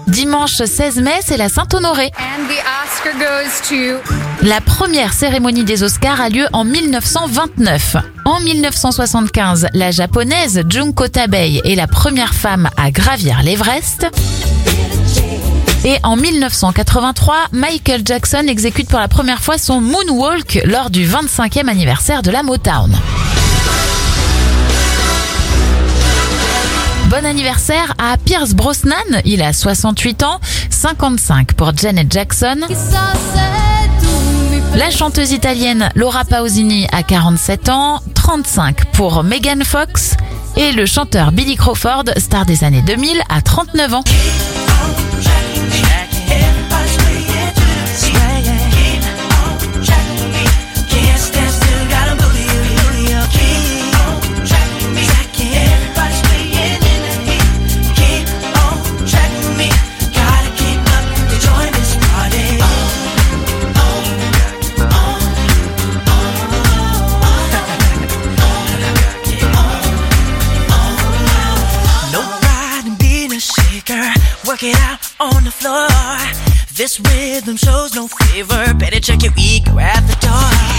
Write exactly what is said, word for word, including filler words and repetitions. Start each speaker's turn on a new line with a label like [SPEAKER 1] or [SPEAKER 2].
[SPEAKER 1] Dimanche seize mai, c'est la Saint-Honoré.
[SPEAKER 2] And the Oscar goes to...
[SPEAKER 1] La première cérémonie des Oscars a lieu en mille neuf cent vingt-neuf. En mille neuf cent soixante-quinze, la japonaise Junko Tabei est la première femme à gravir l'Everest. Et en mille neuf cent quatre-vingt-trois, Michael Jackson exécute pour la première fois son moonwalk lors du vingt-cinquième anniversaire de la Motown. Bon anniversaire à Pierce Brosnan, il a soixante-huit ans, cinquante-cinq pour Janet Jackson. La chanteuse italienne Laura Pausini a quarante-sept ans, trente-cinq pour Megan Fox. Et le chanteur Billy Crawford, star des années deux mille, a trente-neuf ans.
[SPEAKER 3] Work it out on the floor. This rhythm shows no favor. Better check your ego at the door.